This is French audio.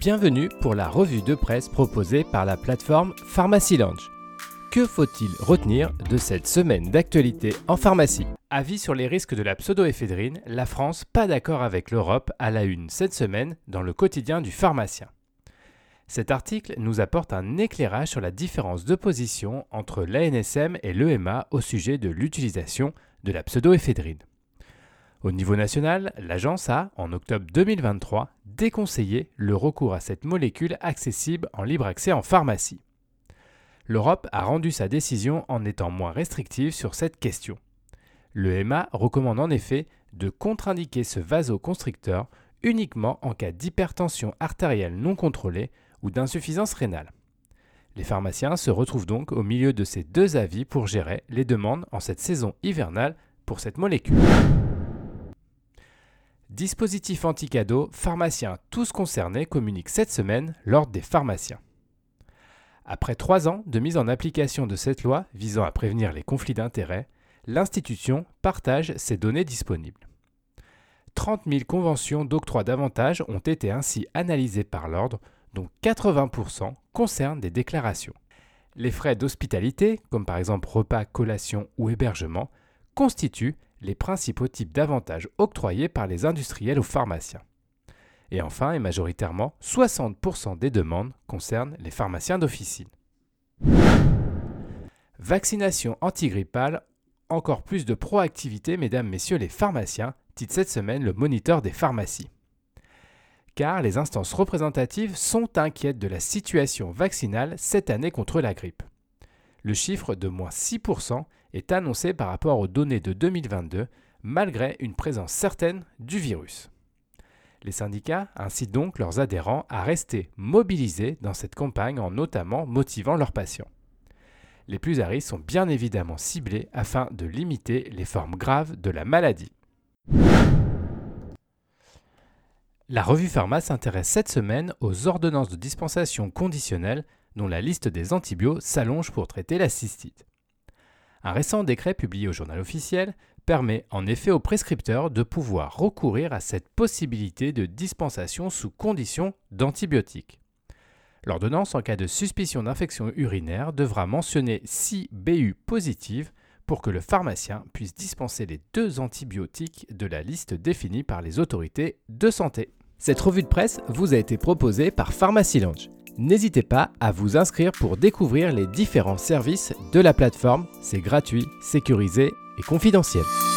Bienvenue pour la revue de presse proposée par la plateforme Pharmacy Lounge. Que faut-il retenir de cette semaine d'actualité en pharmacie ? Avis sur les risques de la pseudoéphédrine, la France pas d'accord avec l'Europe à la une cette semaine dans le quotidien du pharmacien. Cet article nous apporte un éclairage sur la différence de position entre l'ANSM et l'EMA au sujet de l'utilisation de la pseudoéphédrine. Au niveau national, l'agence a, en octobre 2023, déconseillé le recours à cette molécule accessible en libre accès en pharmacie. L'Europe a rendu sa décision en étant moins restrictive sur cette question. L'EMA recommande en effet de contre-indiquer ce vasoconstricteur uniquement en cas d'hypertension artérielle non contrôlée ou d'insuffisance rénale. Les pharmaciens se retrouvent donc au milieu de ces deux avis pour gérer les demandes en cette saison hivernale pour cette molécule. Dispositif anti-cadeau, pharmaciens tous concernés communiquent cette semaine l'Ordre des pharmaciens. Après 3 ans de mise en application de cette loi visant à prévenir les conflits d'intérêts, l'institution partage ses données disponibles. 30 000 conventions d'octroi d'avantages ont été ainsi analysées par l'Ordre, dont 80% concernent des déclarations. Les frais d'hospitalité, comme par exemple repas, collation ou hébergement, constituent les principaux types d'avantages octroyés par les industriels aux pharmaciens. Et enfin, et majoritairement, 60% des demandes concernent les pharmaciens d'officine. Vaccination antigrippale, encore plus de proactivité, mesdames, messieurs les pharmaciens, titre cette semaine le Moniteur des pharmacies. Car les instances représentatives sont inquiètes de la situation vaccinale cette année contre la grippe. Le chiffre de moins 6% est annoncé par rapport aux données de 2022, malgré une présence certaine du virus. Les syndicats incitent donc leurs adhérents à rester mobilisés dans cette campagne en notamment motivant leurs patients. Les plus à risque sont bien évidemment ciblés afin de limiter les formes graves de la maladie. La revue Pharma s'intéresse cette semaine aux ordonnances de dispensation conditionnelle dont la liste des antibiotiques s'allonge pour traiter la cystite. Un récent décret publié au Journal officiel permet en effet aux prescripteurs de pouvoir recourir à cette possibilité de dispensation sous condition d'antibiotiques. L'ordonnance en cas de suspicion d'infection urinaire devra mentionner 6 BU positives pour que le pharmacien puisse dispenser les 2 antibiotiques de la liste définie par les autorités de santé. Cette revue de presse vous a été proposée par Pharmacy Lounge. N'hésitez pas à vous inscrire pour découvrir les différents services de la plateforme. C'est gratuit, sécurisé et confidentiel.